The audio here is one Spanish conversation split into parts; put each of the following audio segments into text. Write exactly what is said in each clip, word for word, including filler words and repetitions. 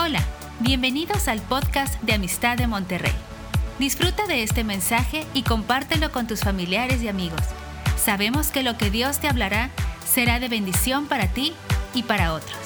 Hola, bienvenidos al podcast de Amistad de Monterrey. Disfruta de este mensaje y compártelo con tus familiares y amigos. Sabemos que lo que Dios te hablará será de bendición para ti y para otros.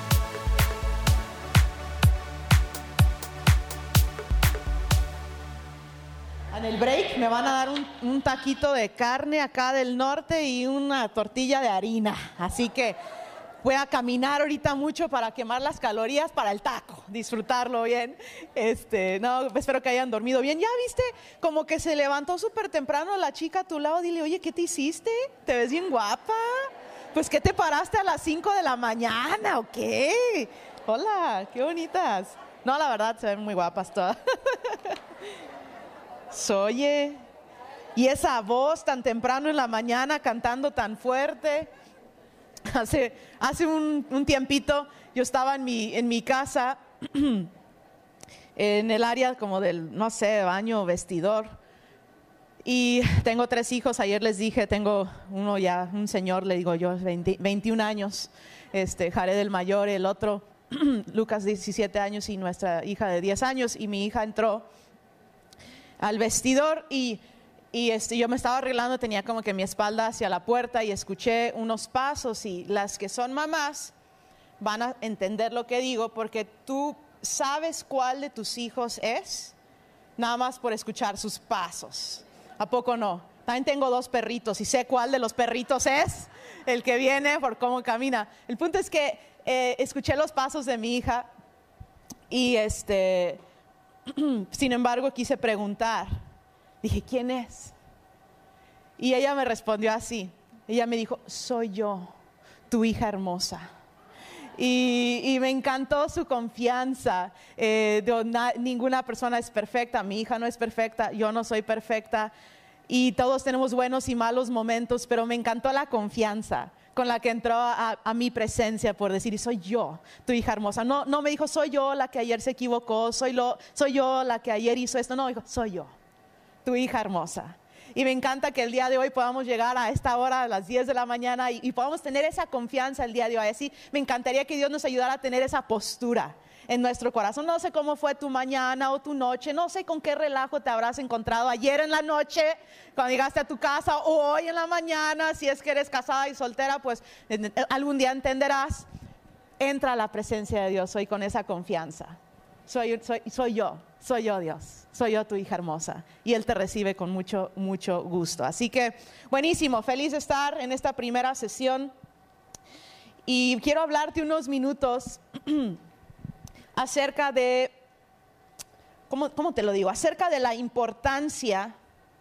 En el break me van a dar un, un taquito de carne acá del norte y una tortilla de harina. Así que voy a caminar ahorita mucho para quemar las calorías para el taco, disfrutarlo bien. Este, no, espero que hayan dormido bien. ¿Ya viste como que se levantó súper temprano la chica a tu lado? Dile, oye, ¿qué te hiciste? ¿Te ves bien guapa? Pues, ¿qué te paraste a las cinco de la mañana o qué? Hola, qué bonitas. No, la verdad, se ven muy guapas todas. Oye, y esa voz tan temprano en la mañana cantando tan fuerte. Hace, hace un, un tiempito yo estaba en mi, en mi casa, en el área como del, no sé, baño, vestidor. Y tengo tres hijos, ayer les dije, tengo uno ya, un señor, le digo yo, veinte, veintiún años, este, Jared el mayor, el otro, Lucas diecisiete años y nuestra hija de diez años. Y mi hija entró al vestidor y... Y este, yo me estaba arreglando, tenía como que mi espalda hacia la puerta y escuché unos pasos, y las que son mamás van a entender lo que digo, porque tú sabes cuál de tus hijos es, nada más por escuchar sus pasos. ¿A poco no? También tengo dos perritos y sé cuál de los perritos es el que viene por cómo camina. El punto es que eh, escuché los pasos de mi hija y este, sin embargo quise preguntar. Dije, ¿quién es? Y ella me respondió así. Ella me dijo, soy yo, tu hija hermosa. Y, y me encantó su confianza. Eh, de na, ninguna persona es perfecta. Mi hija no es perfecta, yo no soy perfecta. Y todos tenemos buenos y malos momentos, pero me encantó la confianza con la que entró a, a mi presencia por decir, soy yo, tu hija hermosa. No, no me dijo, soy yo la que ayer se equivocó, soy, lo, soy yo la que ayer hizo esto. No, dijo, soy yo, tu hija hermosa. Y me encanta que el día de hoy podamos llegar a esta hora, a las diez de la mañana, y, y podamos tener esa confianza el día de hoy. Así me encantaría que Dios nos ayudara a tener esa postura en nuestro corazón. No sé cómo fue tu mañana o tu noche, no sé con qué relajo te habrás encontrado ayer en la noche, cuando llegaste a tu casa, o hoy en la mañana. Si es que eres casada y soltera, pues algún día entenderás. Entra a la presencia de Dios hoy con esa confianza. Soy, soy, soy yo, soy yo Dios, soy yo tu hija hermosa, y Él te recibe con mucho, mucho gusto. Así que buenísimo, feliz de estar en esta primera sesión, y quiero hablarte unos minutos acerca de, ¿cómo, cómo te lo digo? Acerca de la importancia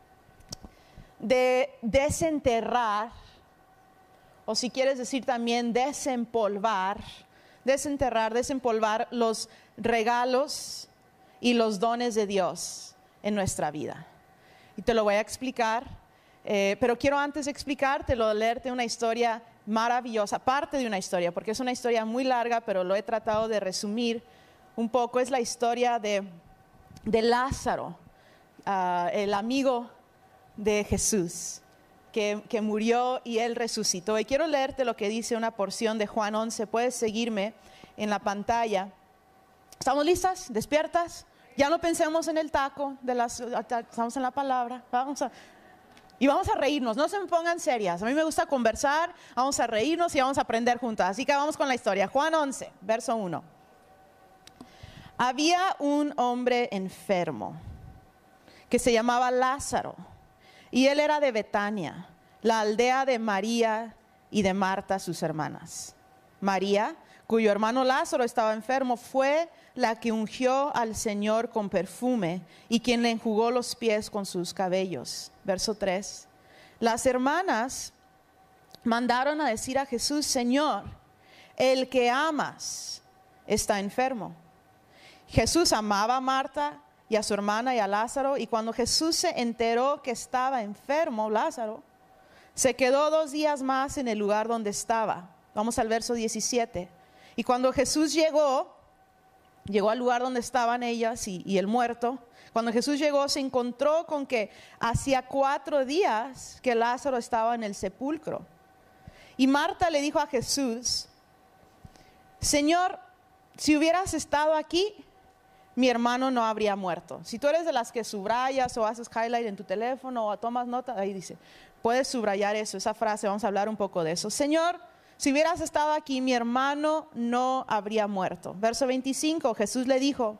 de desenterrar, o si quieres decir también desempolvar, desenterrar, desempolvar los regalos y los dones de Dios en nuestra vida. Y te lo voy a explicar, eh, pero quiero antes de explicártelo, leerte una historia maravillosa, parte de una historia, porque es una historia muy larga, pero lo he tratado de resumir un poco. Es la historia de, de Lázaro, uh, el amigo de Jesús, que, que murió y Él resucitó. Y quiero leerte lo que dice una porción de Juan once. Puedes seguirme en la pantalla. ¿Estamos listas? ¿Despiertas? Ya no pensemos en el taco, de las, estamos en la palabra. Vamos a, y vamos a reírnos, no se me pongan serias. A mí me gusta conversar, vamos a reírnos y vamos a aprender juntas. Así que vamos con la historia. Juan once, verso uno. Había un hombre enfermo que se llamaba Lázaro, y él era de Betania, la aldea de María y de Marta, sus hermanas. María, cuyo hermano Lázaro estaba enfermo, fue la que ungió al Señor con perfume y quien le enjugó los pies con sus cabellos. Verso tres. Las hermanas mandaron a decir a Jesús, Señor, el que amas está enfermo. Jesús amaba a Marta y a su hermana y a Lázaro, y cuando Jesús se enteró que estaba enfermo Lázaro, se quedó dos días más en el lugar donde estaba. Vamos al verso diecisiete. Y cuando Jesús llegó, llegó al lugar donde estaban ellas y, y el muerto. Cuando Jesús llegó, se encontró con que hacía cuatro días que Lázaro estaba en el sepulcro. Y Marta le dijo a Jesús, Señor, si hubieras estado aquí, mi hermano no habría muerto. Si tú eres de las que subrayas o haces highlight en tu teléfono o tomas nota, ahí dice, puedes subrayar eso, esa frase, vamos a hablar un poco de eso. Señor, si hubieras estado aquí, mi hermano no habría muerto. Verso veinticinco, Jesús le dijo,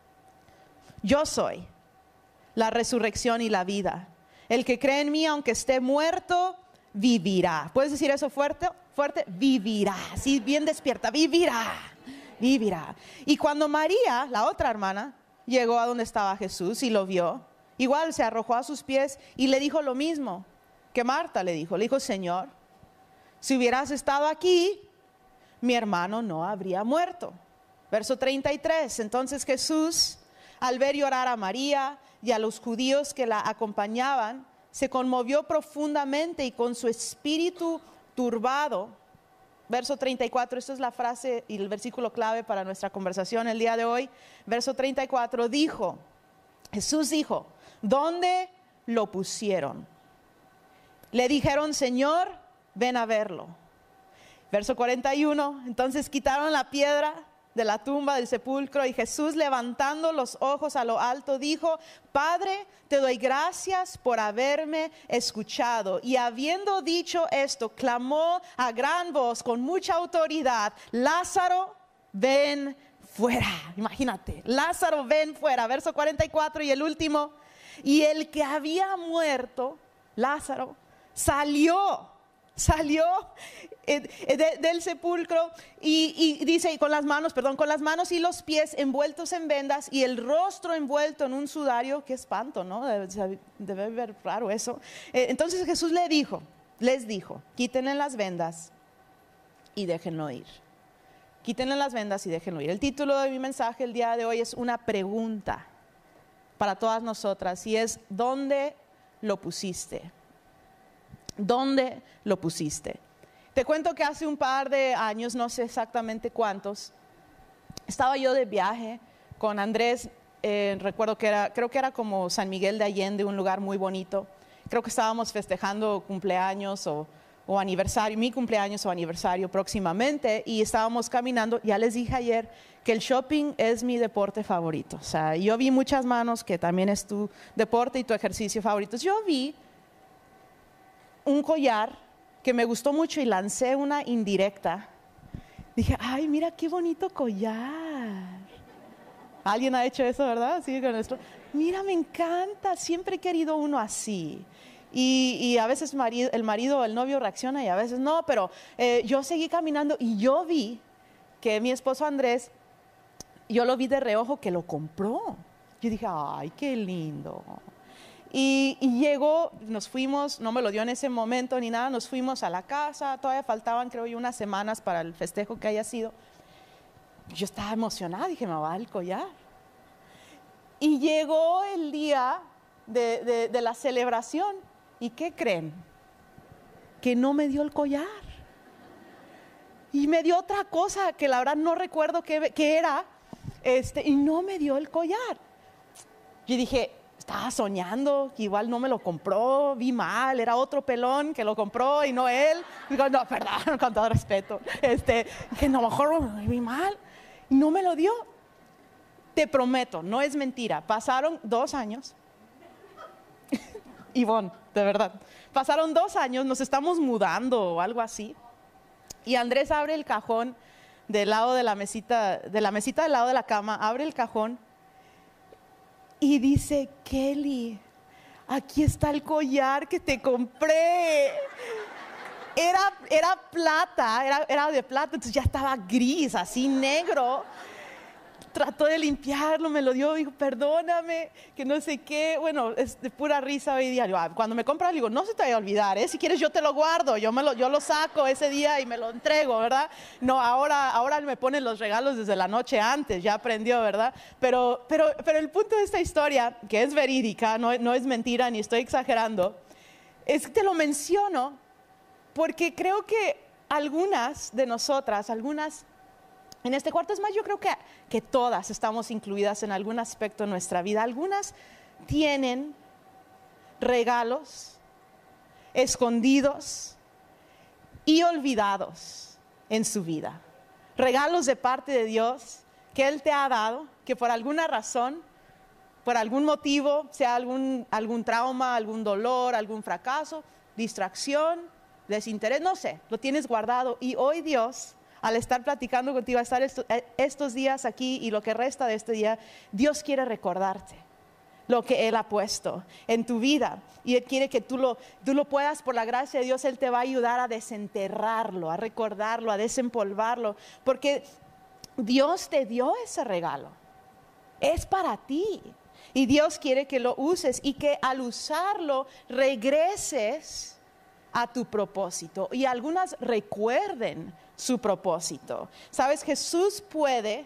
yo soy la resurrección y la vida. El que cree en mí, aunque esté muerto, vivirá. ¿Puedes decir eso fuerte? Fuerte, vivirá. Sí, bien despierta, vivirá. Vivirá. Y cuando María, la otra hermana, llegó a donde estaba Jesús y lo vio, igual se arrojó a sus pies y le dijo lo mismo que Marta le dijo. Le dijo, Señor, si hubieras estado aquí, mi hermano no habría muerto. Verso treinta y tres, entonces Jesús, al ver llorar a María y a los judíos que la acompañaban, se conmovió profundamente y con su espíritu turbado. Verso treinta y cuatro, esta es la frase y el versículo clave para nuestra conversación el día de hoy. Verso treinta y cuatro, dijo, Jesús dijo, ¿dónde lo pusieron? Le dijeron, Señor, ven a verlo. Verso cuarenta y uno, entonces quitaron la piedra de la tumba del sepulcro y Jesús, levantando los ojos a lo alto, dijo, Padre, te doy gracias por haberme escuchado. Y habiendo dicho esto, clamó a gran voz con mucha autoridad, Lázaro, ven fuera. Imagínate, Lázaro, ven fuera. Verso cuarenta y cuatro y el último, y el que había muerto, Lázaro, salió. Salió eh, de, del sepulcro y, y dice, y con las manos, perdón, con las manos y los pies envueltos en vendas y el rostro envuelto en un sudario. Qué espanto, ¿no? Debe, debe ver raro eso. Eh, entonces Jesús le dijo, les dijo, quítenle las vendas y déjenlo ir. Quítenle las vendas y déjenlo ir. El título de mi mensaje el día de hoy es una pregunta para todas nosotras y es, ¿dónde lo pusiste? ¿Dónde lo pusiste? Te cuento que hace un par de años, no sé exactamente cuántos, estaba yo de viaje con Andrés, eh, recuerdo que era, creo que era como San Miguel de Allende, un lugar muy bonito. Creo que estábamos festejando cumpleaños o, o aniversario, mi cumpleaños o aniversario próximamente y estábamos caminando. Ya les dije ayer que el shopping es mi deporte favorito. O sea, yo vi muchas manos que también es tu deporte y tu ejercicio favorito. Yo vi un collar que me gustó mucho y lancé una indirecta. Dije, ay, mira qué bonito collar. ¿Alguien ha hecho eso, verdad? Sí, con esto. Mira, me encanta, siempre he querido uno así. Y, y a veces marido, el marido o el novio reacciona y a veces no, pero eh, yo seguí caminando y yo vi que mi esposo Andrés, yo lo vi de reojo que lo compró. Yo dije, ay, qué lindo. Y, y llegó, nos fuimos, no me lo dio en ese momento ni nada, nos fuimos a la casa, todavía faltaban creo yo unas semanas para el festejo que haya sido. Yo estaba emocionada, dije, me va a dar el collar. Y llegó el día de, de, de la celebración, ¿y qué creen? Que no me dio el collar. Y me dio otra cosa que la verdad no recuerdo qué, qué era, este, y no me dio el collar. Yo dije, estaba soñando, que igual no me lo compró, vi mal, era otro pelón que lo compró y no él. Digo, no, perdón, con todo respeto. Este, que a lo mejor vi mal y no me lo dio. Te prometo, no es mentira, pasaron dos años. Ivonne, de verdad, pasaron dos años, nos estamos mudando o algo así. Y Andrés abre el cajón del lado de la mesita, de la mesita del lado de la cama, abre el cajón. Y dice, Kelly, aquí está el collar que te compré. Era, era plata, era, era de plata, entonces ya estaba gris, así negro. Trató de limpiarlo, me lo dio, dijo, perdóname, que no sé qué. Bueno, es de pura risa hoy día. Yo, cuando me compras, digo, no se te vaya a olvidar, ¿eh? Si quieres yo te lo guardo, yo, me lo, yo lo saco ese día y me lo entrego, ¿verdad? No, ahora, ahora me ponen los regalos desde la noche antes, ya aprendió, ¿verdad? Pero, pero, pero el punto de esta historia, que es verídica, no, no es mentira ni estoy exagerando, es que te lo menciono porque creo que algunas de nosotras, algunas en este cuarto, es más, yo creo que, que todas estamos incluidas en algún aspecto de nuestra vida. Algunas tienen regalos escondidos y olvidados en su vida. Regalos de parte de Dios que Él te ha dado, que por alguna razón, por algún motivo, sea algún, algún trauma, algún dolor, algún fracaso, distracción, desinterés, no sé, lo tienes guardado. Y hoy Dios, al estar platicando contigo, a estar estos, estos días aquí y lo que resta de este día, Dios quiere recordarte lo que Él ha puesto en tu vida. Y Él quiere que tú lo, tú lo puedas, por la gracia de Dios, Él te va a ayudar a desenterrarlo, a recordarlo, a desempolvarlo. Porque Dios te dio ese regalo. Es para ti. Y Dios quiere que lo uses y que al usarlo regreses a tu propósito. Y algunas recuerden su propósito. Sabes, Jesús puede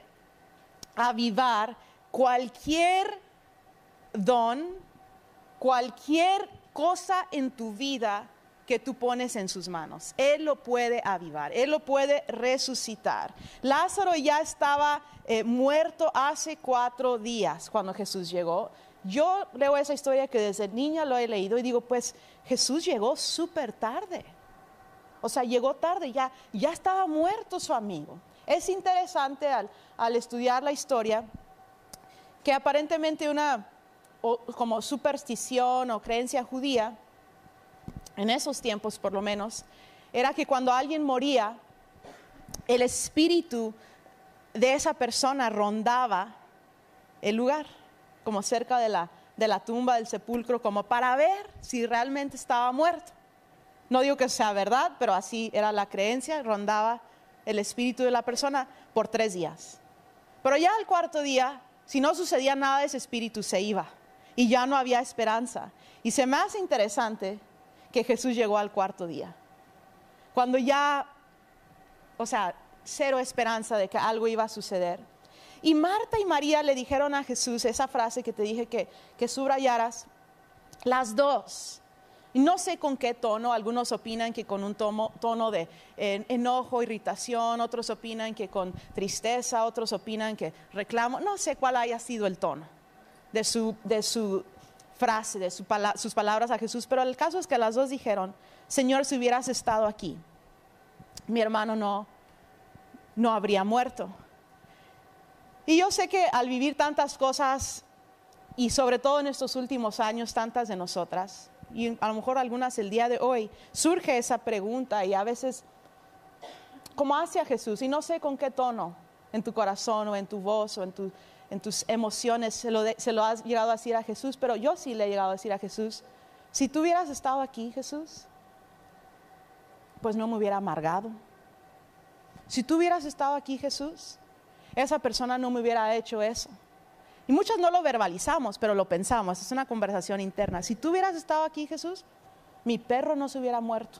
avivar cualquier don, cualquier cosa en tu vida que tú pones en sus manos. Él lo puede avivar, Él lo puede resucitar. Lázaro ya estaba eh, muerto hace cuatro días cuando Jesús llegó. Yo leo esa historia que desde niña lo he leído y digo, pues Jesús llegó súper tarde. O sea, llegó tarde, ya, ya estaba muerto su amigo. Es interesante al, al estudiar la historia que aparentemente una o, como superstición o creencia judía, en esos tiempos por lo menos, era que cuando alguien moría, el espíritu de esa persona rondaba el lugar, como cerca de la, de la tumba, del sepulcro, como para ver si realmente estaba muerto. No digo que sea verdad, pero así era la creencia, rondaba el espíritu de la persona por tres días. Pero ya al cuarto día, si no sucedía nada, ese espíritu se iba y ya no había esperanza. Y se me hace interesante que Jesús llegó al cuarto día, cuando ya, o sea, cero esperanza de que algo iba a suceder. Y Marta y María le dijeron a Jesús esa frase que te dije que, que subrayaras, las dos. Y no sé con qué tono, algunos opinan que con un tono, tono de eh, enojo, irritación, otros opinan que con tristeza, otros opinan que reclamo, no sé cuál haya sido el tono de su, de su frase, de su pala- sus palabras a Jesús, pero el caso es que las dos dijeron, Señor, si hubieras estado aquí, mi hermano no, no habría muerto. Y yo sé que al vivir tantas cosas, y sobre todo en estos últimos años, tantas de nosotras, y a lo mejor algunas el día de hoy, surge esa pregunta y a veces, ¿cómo hacia Jesús? Y no sé con qué tono, en tu corazón o en tu voz o en, tu, en tus emociones se lo, de, se lo has llegado a decir a Jesús, pero yo sí le he llegado a decir a Jesús, si tú hubieras estado aquí, Jesús, pues no me hubiera amargado. Si tú hubieras estado aquí, Jesús, esa persona no me hubiera hecho eso. Y muchos no lo verbalizamos, pero lo pensamos, es una conversación interna. Si tú hubieras estado aquí, Jesús, mi perro no se hubiera muerto.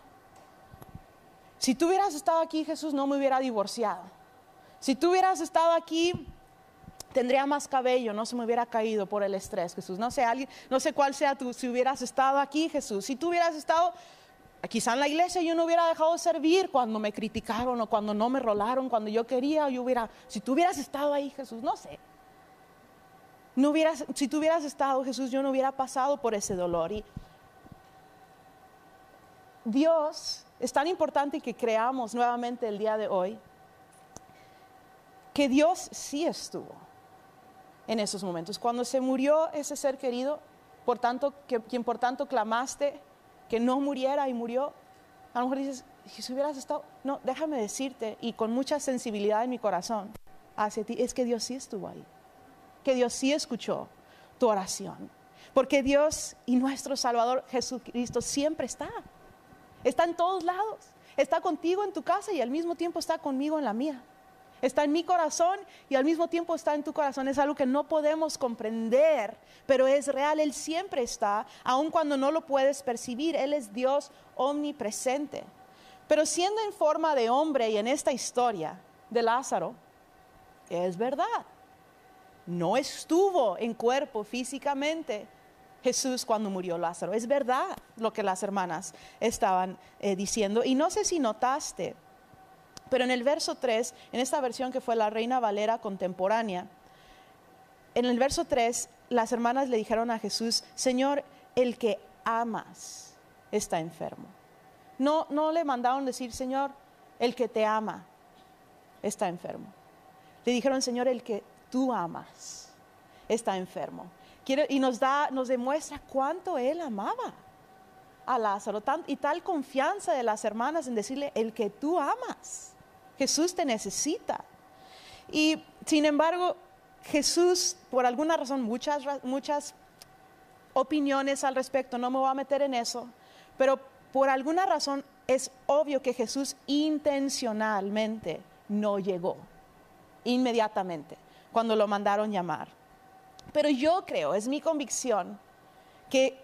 Si tú hubieras estado aquí, Jesús, no me hubiera divorciado. Si tú hubieras estado aquí, tendría más cabello, no se me hubiera caído por el estrés, Jesús. No sé, alguien, no sé cuál sea tú, si hubieras estado aquí, Jesús. Si tú hubieras estado, quizá en la iglesia yo no hubiera dejado de servir cuando me criticaron o cuando no me rolaron, cuando yo quería, yo hubiera, si tú hubieras estado ahí, Jesús, no sé. No hubieras, si tú hubieras estado, Jesús, yo no hubiera pasado por ese dolor. Y Dios, es tan importante que creamos nuevamente el día de hoy, que Dios sí estuvo en esos momentos. Cuando se murió ese ser querido, por tanto, que, quien por tanto clamaste que no muriera y murió, a lo mejor dices, si hubieras estado, no, déjame decirte, y con mucha sensibilidad en mi corazón hacia ti, es que Dios sí estuvo ahí. Que Dios sí escuchó tu oración, porque Dios y nuestro Salvador Jesucristo siempre está, está en todos lados, está contigo en tu casa y al mismo tiempo está conmigo en la mía, está en mi corazón y al mismo tiempo está en tu corazón. Es algo que no podemos comprender, pero es real. Él siempre está, aun cuando no lo puedes percibir. Él es Dios omnipresente, pero siendo en forma de hombre, y en esta historia de Lázaro, es verdad, no estuvo en cuerpo físicamente Jesús cuando murió Lázaro. Es verdad lo que las hermanas estaban eh, diciendo. Y no sé si notaste, pero en el verso tres, en esta versión que fue la Reina Valera contemporánea, en el verso tres, las hermanas le dijeron a Jesús, Señor, el que amas está enfermo. No, no le mandaron decir, Señor, el que te ama está enfermo. Le dijeron, Señor, el que tú amas está enfermo. Quiere, y nos da, nos demuestra cuánto Él amaba a Lázaro, tan, y tal confianza de las hermanas en decirle, el que tú amas, Jesús te necesita. Y sin embargo, Jesús, por alguna razón, muchas, muchas opiniones al respecto, no me voy a meter en eso, pero por alguna razón es obvio que Jesús intencionalmente no llegó inmediatamente cuando lo mandaron llamar. Pero yo creo, es mi convicción, que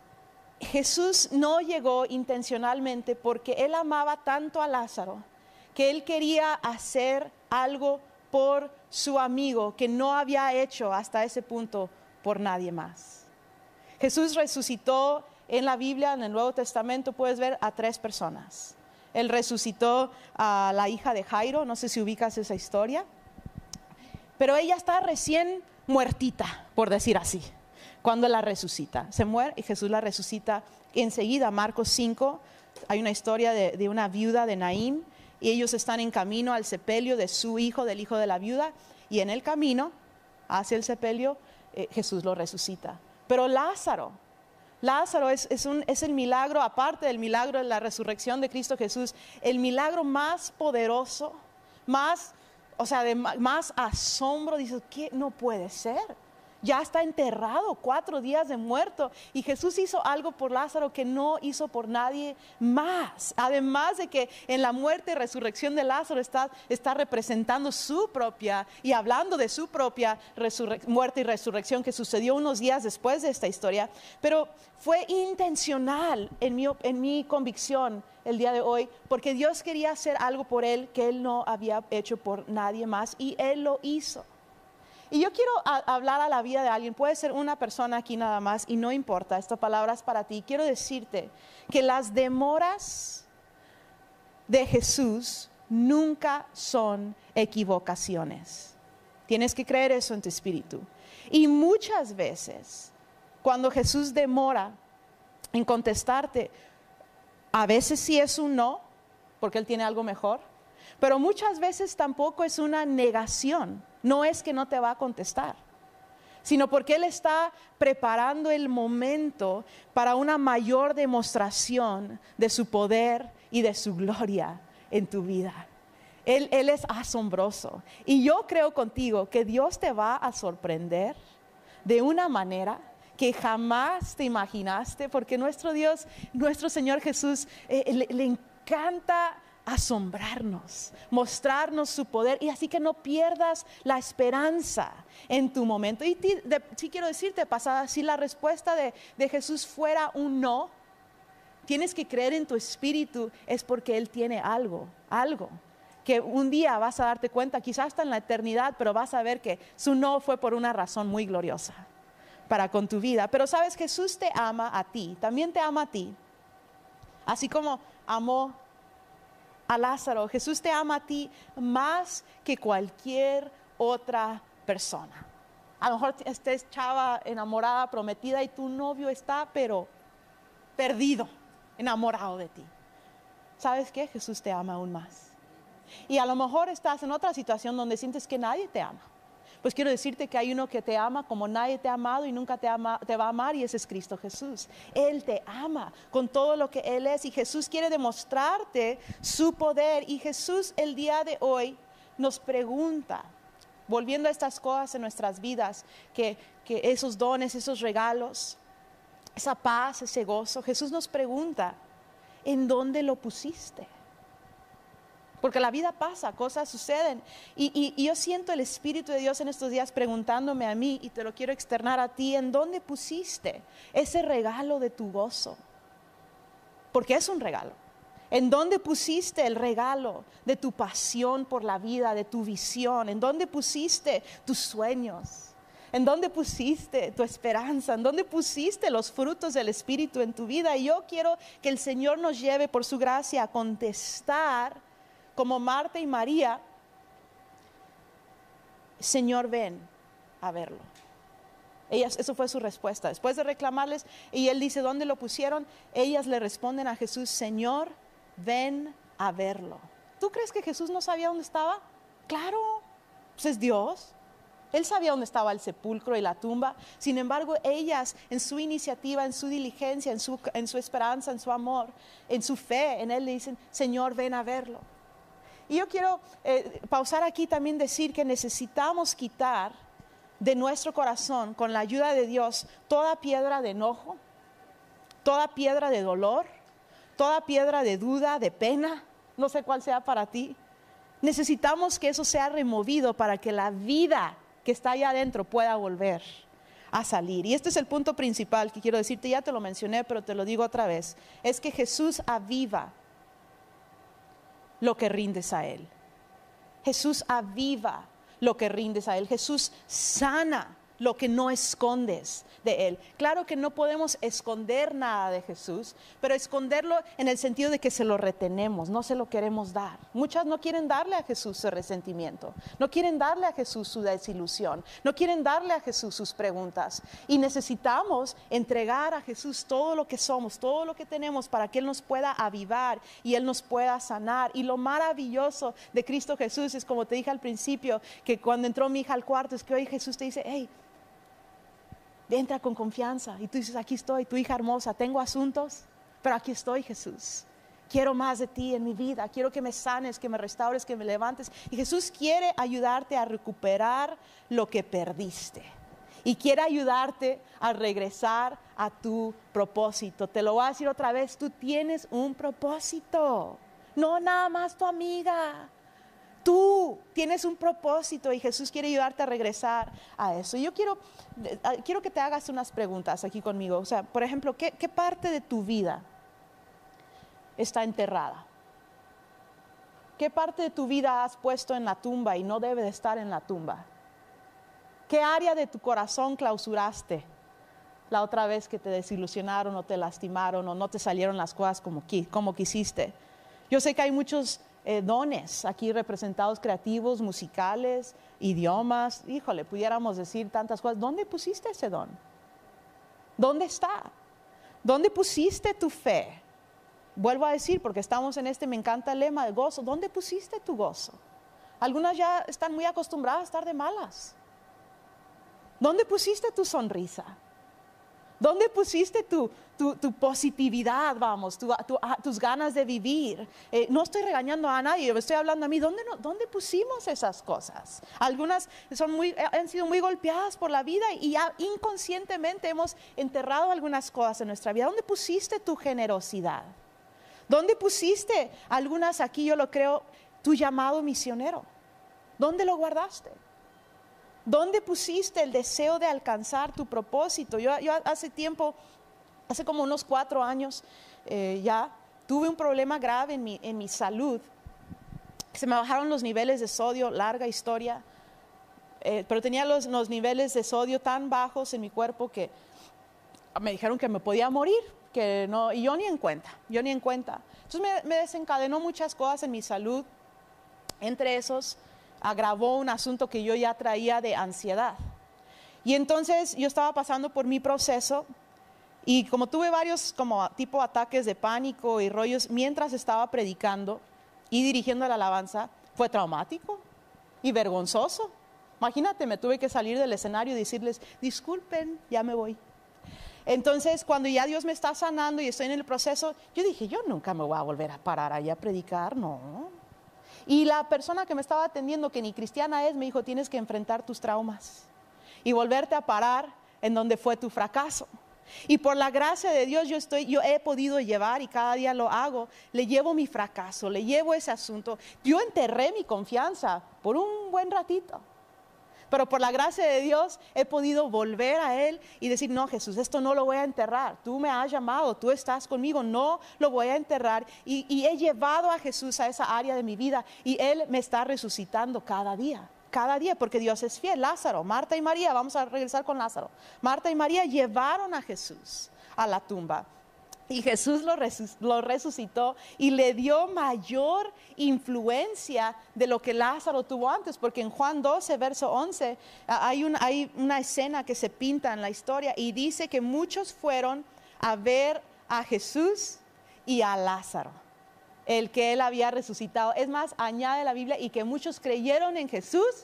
Jesús no llegó intencionalmente porque Él amaba tanto a Lázaro, que Él quería hacer algo por su amigo que no había hecho hasta ese punto por nadie más. Jesús resucitó en la Biblia, en el Nuevo Testamento, puedes ver a tres personas. Él resucitó a la hija de Jairo, no sé si ubicas esa historia, pero ella está recién muertita, por decir así, cuando la resucita. Se muere y Jesús la resucita enseguida. Marcos cinco, hay una historia de, de una viuda de Naín, y ellos están en camino al sepelio de su hijo, del hijo de la viuda, y en el camino hacia el sepelio eh, Jesús lo resucita. Pero Lázaro, Lázaro es, es, un, es el milagro, aparte del milagro de la resurrección de Cristo Jesús, el milagro más poderoso, más, o sea, de más asombro. Dices, ¿qué? No puede ser. Ya está enterrado, cuatro días de muerto, y Jesús hizo algo por Lázaro que no hizo por nadie más. Además de que en la muerte y resurrección de Lázaro está, está representando su propia y hablando de su propia resurre- muerte y resurrección que sucedió unos días después de esta historia. Pero fue intencional en mi, en mi convicción el día de hoy, porque Dios quería hacer algo por él que él no había hecho por nadie más, y él lo hizo. Y yo quiero a, hablar a la vida de alguien, puede ser una persona aquí nada más, y no importa, esta palabra es para ti. Quiero decirte que las demoras de Jesús nunca son equivocaciones. Tienes que creer eso en tu espíritu. Y muchas veces, cuando Jesús demora en contestarte, a veces sí es un no, porque Él tiene algo mejor, pero muchas veces tampoco es una negación. No es que no te va a contestar, sino porque Él está preparando el momento para una mayor demostración de su poder y de su gloria en tu vida. Él, él es asombroso. Y yo creo contigo que Dios te va a sorprender de una manera que jamás te imaginaste, porque nuestro Dios, nuestro Señor Jesús, eh, le, le encanta asombrarnos, mostrarnos su poder, y así que no pierdas la esperanza en tu momento. Y si sí quiero decirte, pasada, si la respuesta de, de Jesús fuera un no, tienes que creer en tu espíritu, es porque Él tiene algo, algo, que un día vas a darte cuenta, quizás hasta en la eternidad, pero vas a ver que su no fue por una razón muy gloriosa para con tu vida. Pero sabes, Jesús te ama a ti, también te ama a ti, así como amó a Lázaro. Jesús te ama a ti más que cualquier otra persona. A lo mejor estés chava, enamorada, prometida, y tu novio está pero perdido, enamorado de ti. ¿Sabes qué? Jesús te ama aún más. Y a lo mejor estás en otra situación donde sientes que nadie te ama. Pues quiero decirte que hay uno que te ama como nadie te ha amado y nunca te, ama, te va a amar, y ese es Cristo Jesús. Él te ama con todo lo que Él es, y Jesús quiere demostrarte su poder. Y Jesús el día de hoy nos pregunta, volviendo a estas cosas en nuestras vidas, que, que esos dones, esos regalos, esa paz, ese gozo, Jesús nos pregunta, ¿en dónde lo pusiste? Porque la vida pasa, cosas suceden, y, y, y yo siento el Espíritu de Dios en estos días preguntándome a mí, y te lo quiero externar a ti, ¿en dónde pusiste ese regalo de tu gozo? Porque es un regalo. ¿En dónde pusiste el regalo de tu pasión por la vida, de tu visión? ¿En dónde pusiste tus sueños? ¿En dónde pusiste tu esperanza? ¿En dónde pusiste los frutos del Espíritu en tu vida? Y yo quiero que el Señor nos lleve por su gracia a contestar como Marta y María, Señor, ven a verlo. Ellas, eso fue su respuesta. Después de reclamarles, y Él dice, ¿dónde lo pusieron? Ellas le responden a Jesús, Señor, ven a verlo. ¿Tú crees que Jesús no sabía dónde estaba? Claro, Pues es Dios. Él sabía dónde estaba el sepulcro y la tumba. Sin embargo, ellas en su iniciativa, en su diligencia, en su, en su esperanza, en su amor, en su fe, en Él le dicen, Señor, ven a verlo. Y yo quiero eh, pausar aquí también decir que necesitamos quitar de nuestro corazón, con la ayuda de Dios, toda piedra de enojo, toda piedra de dolor, toda piedra de duda, de pena, no sé cuál sea para ti. Necesitamos que eso sea removido para que la vida que está allá adentro pueda volver a salir. Y este es el punto principal que quiero decirte, ya te lo mencioné, pero te lo digo otra vez, es que Jesús aviva lo que rindes a Él. Jesús aviva lo que rindes a Él. Jesús sana lo que no escondes de Él. Claro que no podemos esconder nada de Jesús, pero esconderlo en el sentido de que se lo retenemos, no se lo queremos dar. Muchas no quieren darle a Jesús su resentimiento, no quieren darle a Jesús su desilusión, no quieren darle a Jesús sus preguntas. Y necesitamos entregar a Jesús todo lo que somos, todo lo que tenemos, para que Él nos pueda avivar y Él nos pueda sanar. Y lo maravilloso de Cristo Jesús es, como te dije al principio, que cuando entró mi hija al cuarto, es que hoy Jesús te dice, hey, entra con confianza. Y tú dices, aquí estoy, tu hija hermosa, tengo asuntos, pero aquí estoy, Jesús. Quiero más de ti en mi vida, quiero que me sanes, que me restaures, que me levantes. Y Jesús quiere ayudarte a recuperar lo que perdiste. Y quiere ayudarte a regresar a tu propósito. Te lo voy a decir otra vez, tú tienes un propósito. No nada más tu amiga. Tú tienes un propósito y Jesús quiere ayudarte a regresar a eso. Yo quiero, quiero que te hagas unas preguntas aquí conmigo. O sea, por ejemplo, ¿qué, qué parte de tu vida está enterrada? ¿Qué parte de tu vida has puesto en la tumba y no debe de estar en la tumba? ¿Qué área de tu corazón clausuraste la otra vez que te desilusionaron o te lastimaron o no te salieron las cosas como, como quisiste? Yo sé que hay muchos Eh, dones aquí representados, creativos, musicales, idiomas. Híjole, pudiéramos decir tantas cosas. ¿Dónde pusiste ese don? ¿Dónde está? ¿Dónde pusiste tu fe? Vuelvo a decir, porque estamos en este, me encanta el lema de gozo. ¿Dónde pusiste tu gozo? Algunas ya están muy acostumbradas a estar de malas. ¿Dónde pusiste tu sonrisa? ¿Dónde pusiste tu, tu, tu positividad, vamos, tu, tu, tus ganas de vivir? Eh, no estoy regañando a nadie, estoy hablando a mí. ¿Dónde, no, ¿Dónde pusimos esas cosas? Algunas son muy, han sido muy golpeadas por la vida y ya inconscientemente hemos enterrado algunas cosas en nuestra vida. ¿Dónde pusiste tu generosidad? ¿Dónde pusiste algunas, aquí yo lo creo, tu llamado misionero? ¿Dónde lo guardaste? ¿Dónde pusiste el deseo de alcanzar tu propósito? Yo, yo hace tiempo, hace como unos cuatro años eh, ya, tuve un problema grave en mi, en mi salud. Se me bajaron los niveles de sodio, larga historia, eh, pero tenía los, los niveles de sodio tan bajos en mi cuerpo que me dijeron que me podía morir, que no, y yo ni en cuenta, yo ni en cuenta. Entonces me, me desencadenó muchas cosas en mi salud, entre esos agravó un asunto que yo ya traía de ansiedad. Y entonces yo estaba pasando por mi proceso y como tuve varios como tipo ataques de pánico y rollos mientras estaba predicando y dirigiendo la alabanza, fue traumático y vergonzoso. Imagínate, me tuve que salir del escenario y decirles, disculpen, ya me voy. Entonces, cuando ya Dios me está sanando y estoy en el proceso, yo dije, yo nunca me voy a volver a parar ahí a predicar, no. Y la persona que me estaba atendiendo, que ni cristiana es, me dijo, tienes que enfrentar tus traumas y volverte a parar en donde fue tu fracaso. Y por la gracia de Dios yo, estoy, yo he podido llevar, y cada día lo hago, le llevo mi fracaso, le llevo ese asunto. Yo enterré mi confianza por un buen ratito. Pero por la gracia de Dios he podido volver a Él y decir, no, Jesús, esto no lo voy a enterrar. Tú me has llamado, tú estás conmigo, no lo voy a enterrar. Y, y he llevado a Jesús a esa área de mi vida y Él me está resucitando cada día. Cada día, porque Dios es fiel. Lázaro, Marta y María, vamos a regresar con Lázaro. Marta y María llevaron a Jesús a la tumba. Y Jesús lo, resuc- lo resucitó y le dio mayor influencia de lo que Lázaro tuvo antes, porque en Juan doce, verso once, hay una, hay una escena que se pinta en la historia y dice que muchos fueron a ver a Jesús y a Lázaro, el que él había resucitado. Es más, añade la Biblia, y que muchos creyeron en Jesús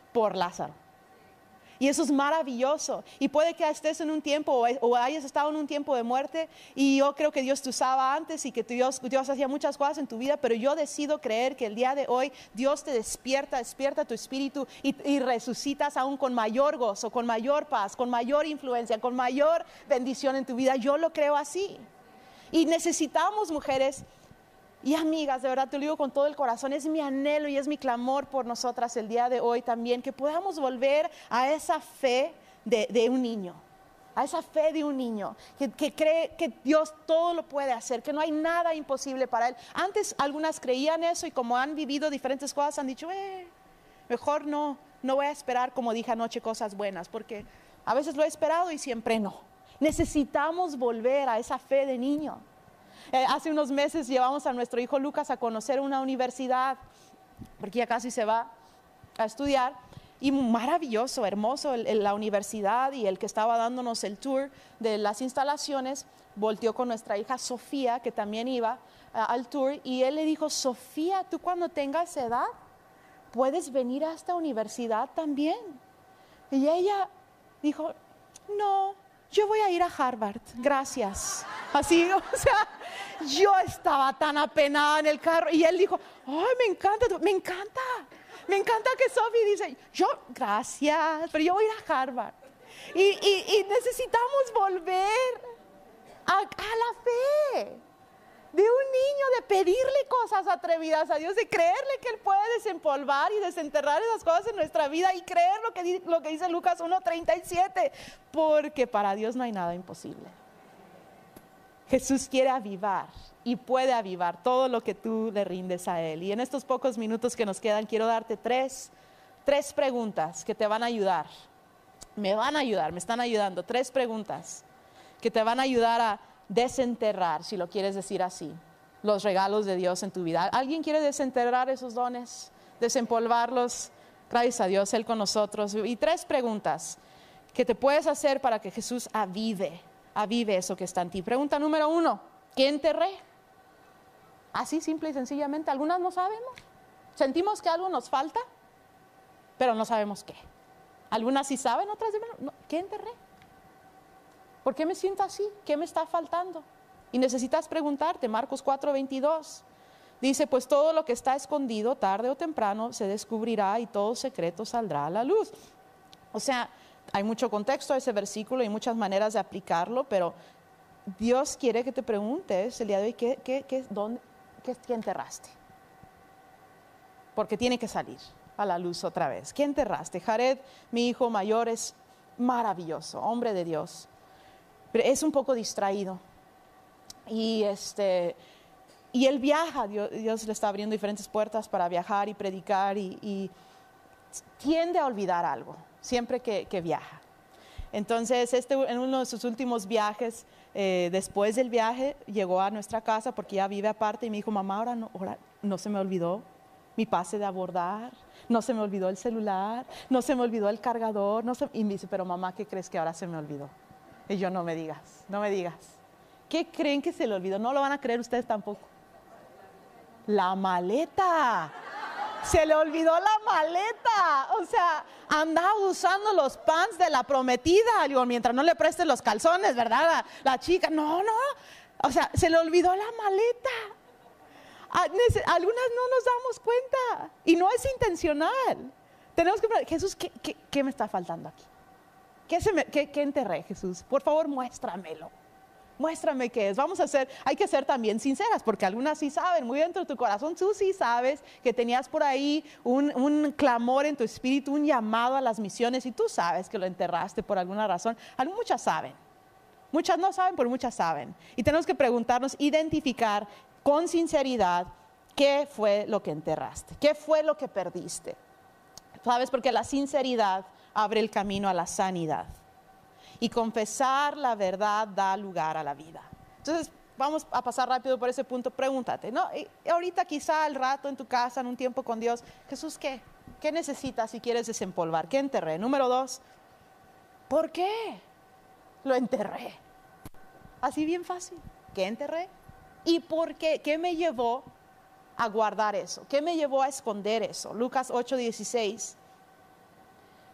por Lázaro. Y eso es maravilloso. Y puede que estés en un tiempo o, o hayas estado en un tiempo de muerte. Y yo creo que Dios te usaba antes y que Dios, Dios hacía muchas cosas en tu vida. Pero yo decido creer que el día de hoy Dios te despierta, despierta tu espíritu y, y resucitas aún con mayor gozo, con mayor paz, con mayor influencia, con mayor bendición en tu vida. Yo lo creo así. Y necesitamos, mujeres y amigas, de verdad te lo digo con todo el corazón, es mi anhelo y es mi clamor por nosotras el día de hoy también, que podamos volver a esa fe de, de un niño, a esa fe de un niño, que, que cree que Dios todo lo puede hacer, que no hay nada imposible para Él. Antes algunas creían eso y como han vivido diferentes cosas han dicho, eh, mejor no, no voy a esperar, como dije anoche, cosas buenas, porque a veces lo he esperado y siempre no. Necesitamos volver a esa fe de niño. Eh, hace unos meses llevamos a nuestro hijo Lucas a conocer una universidad, porque ya casi se va a estudiar, y maravilloso, hermoso el, el, la universidad, y el que estaba dándonos el tour de las instalaciones, volteó con nuestra hija Sofía, que también iba uh, al tour, y él le dijo, Sofía, tú cuando tengas edad, puedes venir a esta universidad también. Y ella dijo, no, yo voy a ir a Harvard, gracias. Así, o sea, yo estaba tan apenada en el carro y él dijo, ay, me encanta, me encanta, me encanta que Sophie dice, yo, gracias, pero yo voy a ir a Harvard. Y, y, y necesitamos volver a, a la fe de un niño, de pedirle cosas atrevidas a Dios, de creerle que Él puede desempolvar y desenterrar esas cosas en nuestra vida y creer lo que, lo que dice Lucas uno treinta y siete, porque para Dios no hay nada imposible. Jesús quiere avivar y puede avivar todo lo que tú le rindes a Él. Y en estos pocos minutos que nos quedan, quiero darte tres, tres preguntas que te van a ayudar. Me van a ayudar, me están ayudando. Tres preguntas que te van a ayudar a desenterrar, si lo quieres decir así, los regalos de Dios en tu vida. ¿Alguien quiere desenterrar esos dones? Desempolvarlos. Gracias a Dios, Él con nosotros. Y tres preguntas que te puedes hacer para que Jesús avive, avive eso que está en ti. Pregunta número uno, ¿qué enterré? Así simple y sencillamente, algunas no sabemos. Sentimos que algo nos falta, pero no sabemos qué. Algunas sí saben, otras no. ¿Qué enterré? ¿Por qué me siento así? ¿Qué me está faltando? Y necesitas preguntarte. Marcos cuatro veintidós dice, pues todo lo que está escondido tarde o temprano se descubrirá y todo secreto saldrá a la luz. O sea, hay mucho contexto a ese versículo y muchas maneras de aplicarlo, pero Dios quiere que te preguntes el día de hoy, ¿qué, qué, qué, dónde, qué, qué enterraste? Porque tiene que salir a la luz otra vez. ¿Qué enterraste? Jared, mi hijo mayor, es maravilloso, hombre de Dios, pero es un poco distraído. Y, este, y él viaja, Dios, Dios le está abriendo diferentes puertas para viajar y predicar y, y tiende a olvidar algo siempre que, que viaja. Entonces, este, en uno de sus últimos viajes, eh, después del viaje, llegó a nuestra casa porque ya vive aparte y me dijo, mamá, ahora no, ahora no se me olvidó mi pase de abordar, no se me olvidó el celular, no se me olvidó el cargador, no se... y me dice, pero mamá, ¿qué crees que ahora se me olvidó? Y yo, no me digas, no me digas. ¿Qué creen que se le olvidó? No lo van a creer ustedes tampoco. La maleta. Se le olvidó la maleta. O sea, andaba usando los pants de la prometida. Digo, mientras no le prestes los calzones, ¿verdad? La, la chica, no, no. O sea, se le olvidó la maleta. Algunas no nos damos cuenta. Y no es intencional. Tenemos que preguntar, Jesús, ¿qué, qué, qué me está faltando aquí? ¿Qué, se me, qué, ¿Qué enterré, Jesús? Por favor, muéstramelo. Muéstrame qué es. Vamos a hacer, hay que ser también sinceras, porque algunas sí saben, muy dentro de tu corazón, tú sí sabes que tenías por ahí un, un clamor en tu espíritu, un llamado a las misiones, y tú sabes que lo enterraste por alguna razón. Muchas saben, muchas no saben, pero muchas saben. Y tenemos que preguntarnos, identificar con sinceridad qué fue lo que enterraste, qué fue lo que perdiste. ¿Sabes? Porque la sinceridad abre el camino a la sanidad. Y confesar la verdad da lugar a la vida. Entonces, vamos a pasar rápido por ese punto. Pregúntate, ¿no? Y ahorita quizá al rato en tu casa, en un tiempo con Dios, Jesús, ¿qué? ¿Qué necesitas si quieres desempolvar? ¿Qué enterré? Número dos, ¿por qué lo enterré? Así bien fácil. ¿Qué enterré? ¿Y por qué? ¿Qué me llevó a guardar eso? ¿Qué me llevó a esconder eso? Lucas ocho dieciséis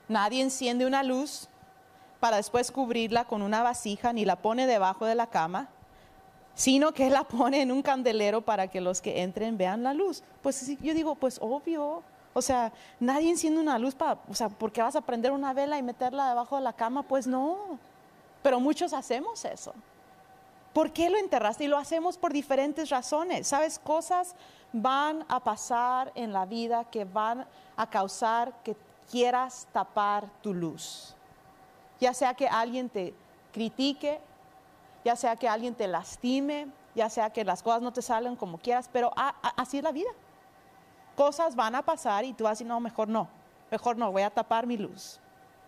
Nadie enciende una luz para después cubrirla con una vasija, ni la pone debajo de la cama, sino que la pone en un candelero para que los que entren vean la luz. Pues yo digo, pues obvio. O sea, nadie enciende una luz para, o sea, ¿porque vas a prender una vela y meterla debajo de la cama? Pues no. Pero muchos hacemos eso. ¿Por qué lo enterraste? Y lo hacemos por diferentes razones. ¿Sabes? Cosas van a pasar en la vida que van a causar que quieras tapar tu luz. Ya sea que alguien te critique, ya sea que alguien te lastime, ya sea que las cosas no te salen como quieras, pero a, a, así es la vida. Cosas van a pasar y tú vas a decir, no, mejor no, mejor no, voy a tapar mi luz.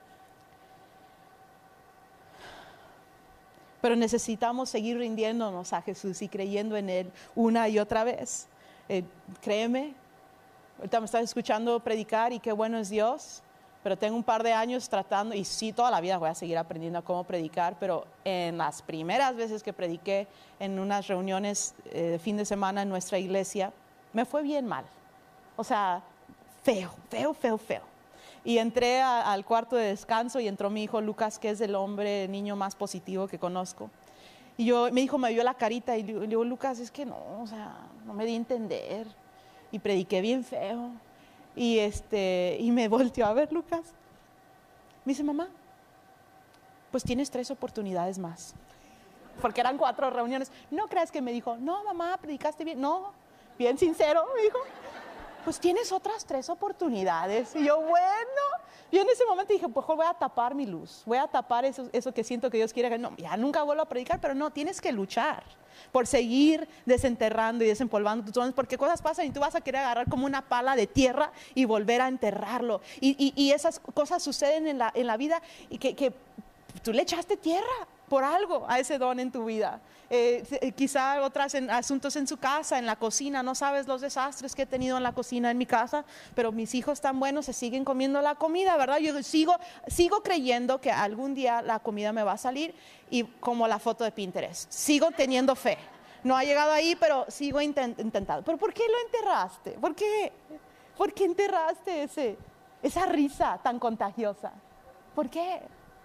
Pero necesitamos seguir rindiéndonos a Jesús y creyendo en Él una y otra vez. Eh, créeme, ahorita me estás escuchando predicar y qué bueno es Dios, pero tengo un par de años tratando, y sí, toda la vida voy a seguir aprendiendo a cómo predicar, pero en las primeras veces que prediqué en unas reuniones eh, de fin de semana en nuestra iglesia, me fue bien mal. O sea, feo, feo, feo, feo. Y entré a, al cuarto de descanso y entró mi hijo Lucas, que es el hombre, el niño más positivo que conozco. Y yo, mi hijo me vio la carita y le digo, Lucas, es que no, o sea, no me di a entender. Y prediqué bien feo. Y, este, y me volteó a ver Lucas. Me dice, mamá, pues tienes tres oportunidades más. Porque eran cuatro reuniones. No creas que me dijo, no, mamá, predicaste bien. No, bien sincero, me dijo. Pues tienes otras tres oportunidades. Y yo, bueno, yo en ese momento dije, pues voy a tapar mi luz, voy a tapar eso, eso que siento que Dios quiere. No, ya nunca vuelvo a predicar, pero no, tienes que luchar por seguir desenterrando y desempolvando tus dones, porque cosas pasan y tú vas a querer agarrar como una pala de tierra y volver a enterrarlo. Y, y, y esas cosas suceden en la, en la vida y que, que tú le echaste tierra por algo a ese don en tu vida. Eh, quizá otros asuntos en su casa, en la cocina. No sabes los desastres que he tenido en la cocina en mi casa, pero mis hijos tan buenos se siguen comiendo la comida, ¿verdad? Yo sigo, sigo creyendo que algún día la comida me va a salir, y como la foto de Pinterest, sigo teniendo fe. No ha llegado ahí, pero sigo intent, intentando. ¿Pero por qué lo enterraste? ¿Por qué? ¿Por qué enterraste ese, esa risa tan contagiosa? ¿Por qué?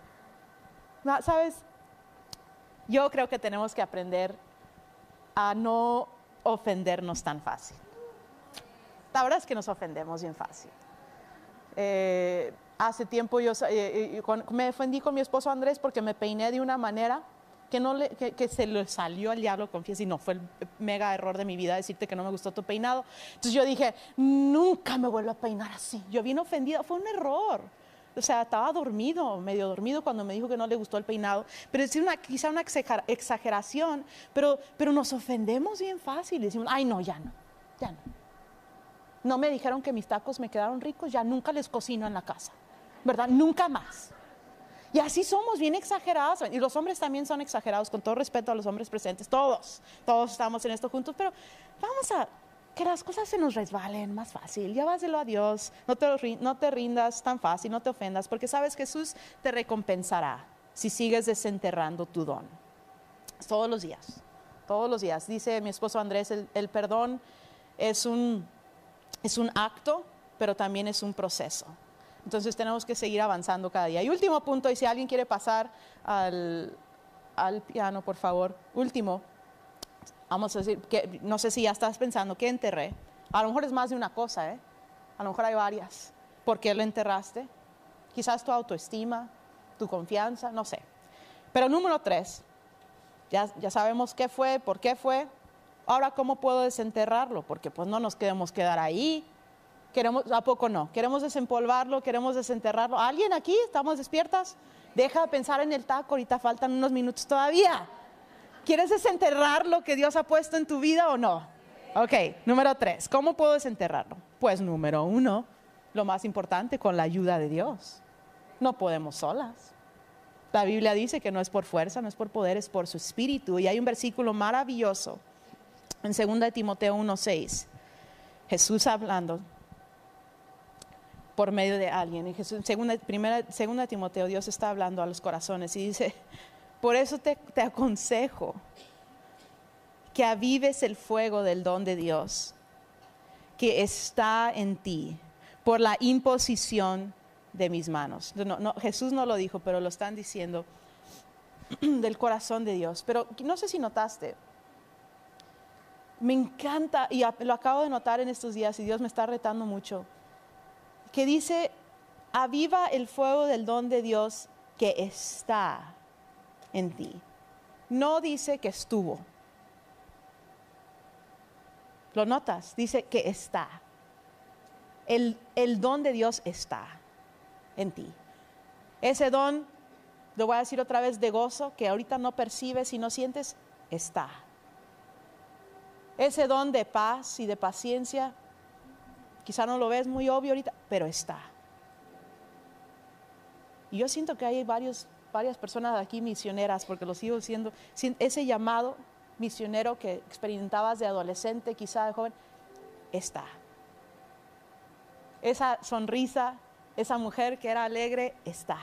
¿Sabes? Yo creo que tenemos que aprender a no ofendernos tan fácil. La verdad es que nos ofendemos bien fácil. Eh, hace tiempo yo eh, me ofendí con mi esposo Andrés porque me peiné de una manera que, no le, que, que se le salió al diablo, confieso, y no, fue el mega error de mi vida decirte que no me gustó tu peinado. Entonces yo dije, nunca me vuelvo a peinar así. Yo vine ofendida, fue un error. O sea, estaba dormido, medio dormido cuando me dijo que no le gustó el peinado. Pero es una, quizá una exageración, pero, pero nos ofendemos bien fácil. Decimos, ay no, ya no, ya no. No me dijeron que mis tacos me quedaron ricos, ya nunca les cocino en la casa, ¿verdad? Nunca más. Y así somos, bien exagerados. Y los hombres también son exagerados, con todo respeto a los hombres presentes. Todos, todos estamos en esto juntos, pero vamos a... que las cosas se nos resbalen más fácil. Llévaselo a Dios, no te, no te rindas tan fácil, no te ofendas, porque sabes que Jesús te recompensará si sigues desenterrando tu don. Todos los días, todos los días. Dice mi esposo Andrés, el, el perdón es un, es un acto, pero también es un proceso. Entonces tenemos que seguir avanzando cada día. Y último punto, y si alguien quiere pasar al, al piano, por favor. Último. Vamos a decir, que no sé si ya estás pensando, ¿qué enterré? A lo mejor es más de una cosa, ¿eh? A lo mejor hay varias. ¿Por qué lo enterraste? Quizás tu autoestima, tu confianza, no sé. Pero número tres, ya, ya sabemos qué fue, por qué fue. Ahora, ¿cómo puedo desenterrarlo? Porque pues no nos queremos quedar ahí. Queremos, ¿a poco no? Queremos desempolvarlo, queremos desenterrarlo. ¿Alguien aquí? ¿Estamos despiertas? Deja de pensar en el taco, ahorita faltan unos minutos todavía. ¿Quieres desenterrar lo que Dios ha puesto en tu vida o no? Ok, número tres, ¿cómo puedo desenterrarlo? Pues número uno, lo más importante, con la ayuda de Dios. No podemos solas. La Biblia dice que no es por fuerza, no es por poder, es por su espíritu. Y hay un versículo maravilloso en segunda de Timoteo uno seis. Jesús hablando por medio de alguien. En Jesús, segunda, primera, segunda de Timoteo, Dios está hablando a los corazones y dice... Por eso te, te aconsejo que avives el fuego del don de Dios que está en ti por la imposición de mis manos. No, no, Jesús no lo dijo, pero lo están diciendo del corazón de Dios. Pero no sé si notaste, me encanta, y lo acabo de notar en estos días, y Dios me está retando mucho, que dice, aviva el fuego del don de Dios que está en ti. No dice que estuvo. ¿Lo notas? Dice que está. El, el don de Dios está en ti. Ese don, lo voy a decir otra vez, de gozo, que ahorita no percibes y no sientes, está. Ese don de paz y de paciencia, quizá no lo ves muy obvio ahorita, pero está. Y yo siento que hay varios, varias personas aquí misioneras, porque lo sigo siendo, ese llamado misionero que experimentabas de adolescente, quizá de joven, está. Esa sonrisa, esa mujer que era alegre, está.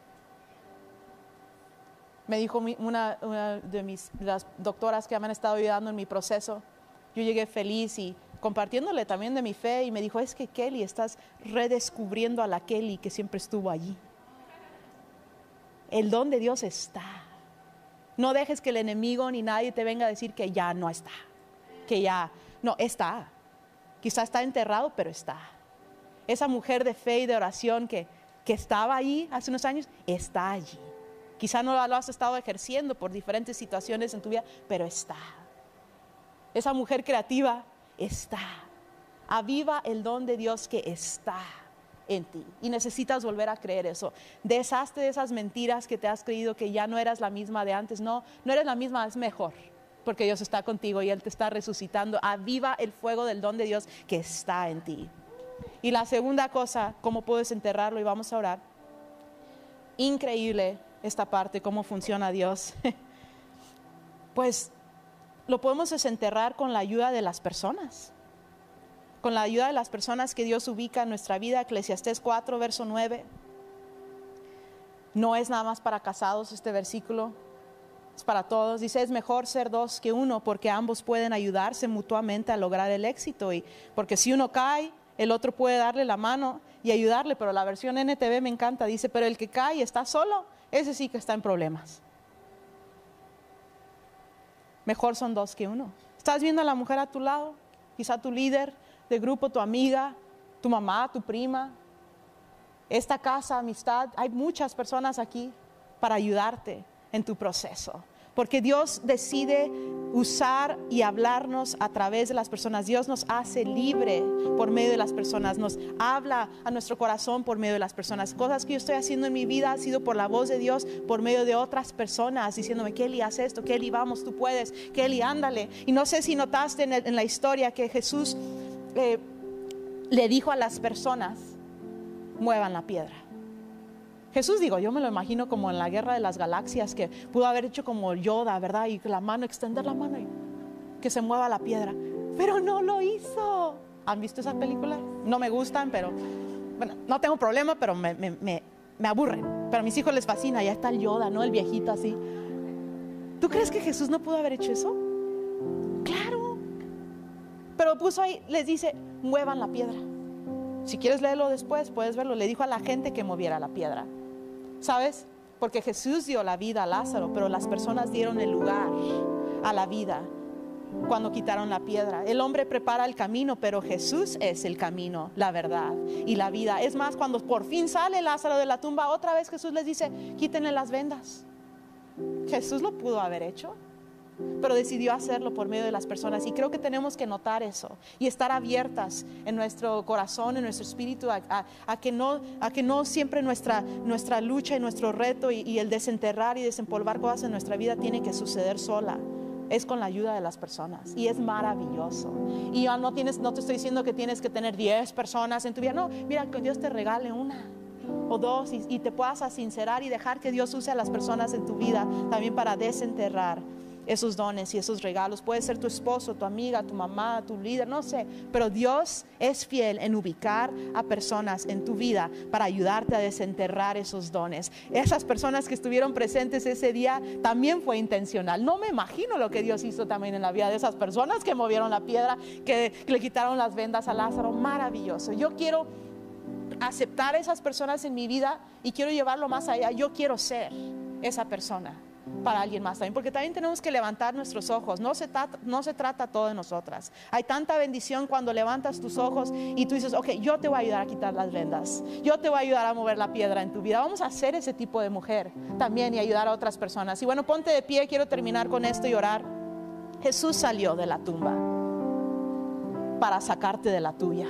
Me dijo una, una de mis, las doctoras que me han estado ayudando en mi proceso, yo llegué feliz y compartiéndole también de mi fe, y me dijo, es que Kelly, estás redescubriendo a la Kelly que siempre estuvo allí. El don de Dios está. No dejes que el enemigo ni nadie te venga a decir que ya no está, que ya, no, está. Quizá está enterrado, pero está. Esa mujer de fe y de oración que, que estaba allí hace unos años, está allí. Quizá no lo has estado ejerciendo por diferentes situaciones en tu vida, pero está. Esa mujer creativa está. Aviva el don de Dios que está en ti. Y necesitas volver a creer eso. Deshazte de esas mentiras que te has creído que ya no eras la misma de antes. No, no eres la misma, es mejor. Porque Dios está contigo y Él te está resucitando. Aviva el fuego del don de Dios que está en ti. Y la segunda cosa, ¿cómo puedes enterrarlo? Y vamos a orar. Increíble esta parte, cómo funciona Dios. Pues lo podemos desenterrar con la ayuda de las personas. Con la ayuda de las personas que Dios ubica en nuestra vida. Eclesiastés cuatro, verso nueve. No es nada más para casados este versículo, es para todos. Dice, es mejor ser dos que uno, porque ambos pueden ayudarse mutuamente a lograr el éxito. Y porque si uno cae, el otro puede darle la mano y ayudarle. Pero la versión N T V me encanta, dice, pero el que cae y está solo, ese sí que está en problemas. Mejor son dos que uno. Estás viendo a la mujer a tu lado, quizá tu líder de grupo, tu amiga, tu mamá, tu prima. Esta casa, amistad, hay muchas personas aquí para ayudarte en tu proceso. Porque Dios decide usar y hablarnos a través de las personas. Dios nos hace libre por medio de las personas. Nos habla a nuestro corazón por medio de las personas. Cosas que yo estoy haciendo en mi vida ha sido por la voz de Dios, por medio de otras personas, diciéndome, Kelly, haz esto, Kelly, vamos, tú puedes, Kelly, ándale. Y no sé si notaste en, el, en la historia que Jesús eh, le dijo a las personas, muevan la piedra. Jesús, digo, yo me lo imagino como en la guerra de las galaxias, que pudo haber hecho como Yoda, ¿verdad? Y la mano, extender la mano y que se mueva la piedra. Pero no lo hizo. ¿Han visto esa película? No me gustan, pero bueno, no tengo problema, pero me, me, me, me aburren. Pero a mis hijos les fascina, ya está el Yoda, ¿no? El viejito así. ¿Tú crees que Jesús no pudo haber hecho eso? Claro. Pero puso ahí, les dice, muevan la piedra. Si quieres leerlo después, puedes verlo. Le dijo a la gente que moviera la piedra. ¿Sabes? Porque Jesús dio la vida a Lázaro, pero las personas dieron el lugar a la vida cuando quitaron la piedra. El hombre prepara el camino, pero Jesús es el camino, la verdad y la vida. Es más, cuando por fin sale Lázaro de la tumba, otra vez Jesús les dice, quítenle las vendas. Jesús lo pudo haber hecho, pero decidió hacerlo por medio de las personas. Y creo que tenemos que notar eso y estar abiertas en nuestro corazón, en nuestro espíritu a, a, a, que, no, a que no siempre nuestra, nuestra lucha y nuestro reto y, y el desenterrar y desempolvar cosas en nuestra vida tiene que suceder sola. Es con la ayuda de las personas y es maravilloso. Y ya no, tienes, no te estoy diciendo que tienes que tener diez personas en tu vida. No, mira, que Dios te regale una o dos y, y te puedas sincerar y dejar que Dios use a las personas en tu vida también para desenterrar esos dones y esos regalos. Puede ser tu esposo, tu amiga, tu mamá, tu líder, no sé, pero Dios es fiel en ubicar a personas en tu vida para ayudarte a desenterrar esos dones. Esas personas que estuvieron presentes ese día también fue intencional. No me imagino lo que Dios hizo también en la vida de esas personas que movieron la piedra, que le quitaron las vendas a Lázaro. Maravilloso. Yo quiero aceptar a esas personas en mi vida y quiero llevarlo más allá. Yo quiero ser esa persona para alguien más también, porque también tenemos que levantar nuestros ojos. No se trata, no se trata todo de nosotras. Hay tanta bendición cuando levantas tus ojos y tú dices, ok, yo te voy a ayudar a quitar las vendas, yo te voy a ayudar a mover la piedra en tu vida. Vamos a ser ese tipo de mujer también y ayudar a otras personas. Y bueno, ponte de pie, quiero terminar con esto y orar. Jesús salió de la tumba para sacarte de la tuya.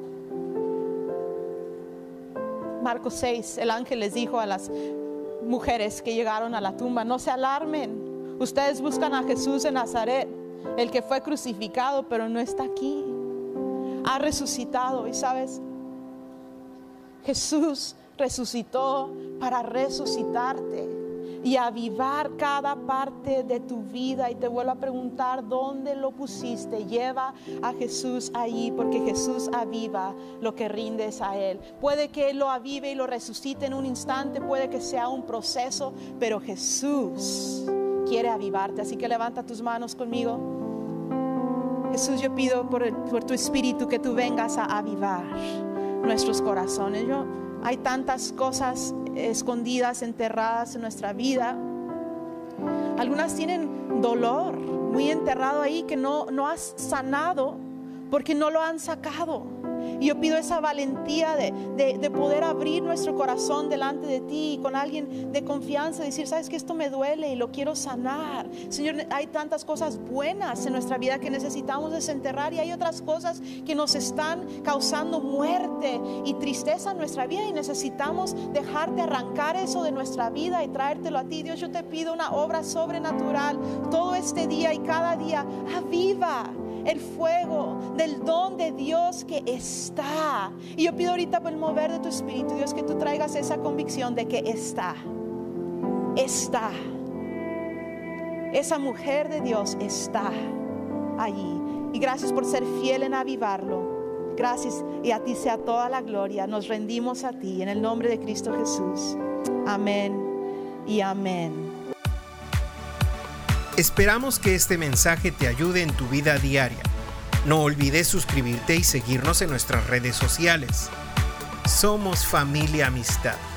Marcos seis, el ángel les dijo a las mujeres que llegaron a la tumba, no se alarmen, ustedes buscan a Jesús de Nazaret, el que fue crucificado, pero no está aquí, ha resucitado. Y sabes, Jesús resucitó para resucitarte y avivar cada parte de tu vida. Y te vuelvo a preguntar, ¿dónde lo pusiste? Lleva a Jesús allí, porque Jesús aviva lo que rindes a Él. Puede que Él lo avive y lo resucite en un instante, puede que sea un proceso, pero Jesús quiere avivarte. Así que levanta tus manos conmigo. Jesús, yo pido por, el, por tu Espíritu que tú vengas a avivar nuestros corazones. Yo, hay tantas cosas escondidas, enterradas en nuestra vida. Algunas tienen dolor muy enterrado ahí que no, no has sanado porque no lo han sacado. Y yo pido esa valentía de, de, de poder abrir nuestro corazón delante de ti y con alguien de confianza, decir, sabes que esto me duele y lo quiero sanar. Señor, hay tantas cosas buenas en nuestra vida que necesitamos desenterrar, y hay otras cosas que nos están causando muerte y tristeza en nuestra vida, y necesitamos dejarte arrancar eso de nuestra vida y traértelo a ti. Dios, yo te pido una obra sobrenatural todo este día y cada día. Aviva el fuego del don de Dios que está. Y yo pido ahorita por el mover de tu Espíritu, Dios, que tú traigas esa convicción de que está, está. Esa mujer de Dios está allí. Y gracias por ser fiel en avivarlo. Gracias, y a ti sea toda la gloria. Nos rendimos a ti en el nombre de Cristo Jesús. Amén y amén. Esperamos que este mensaje te ayude en tu vida diaria. No olvides suscribirte y seguirnos en nuestras redes sociales. Somos Familia Amistad.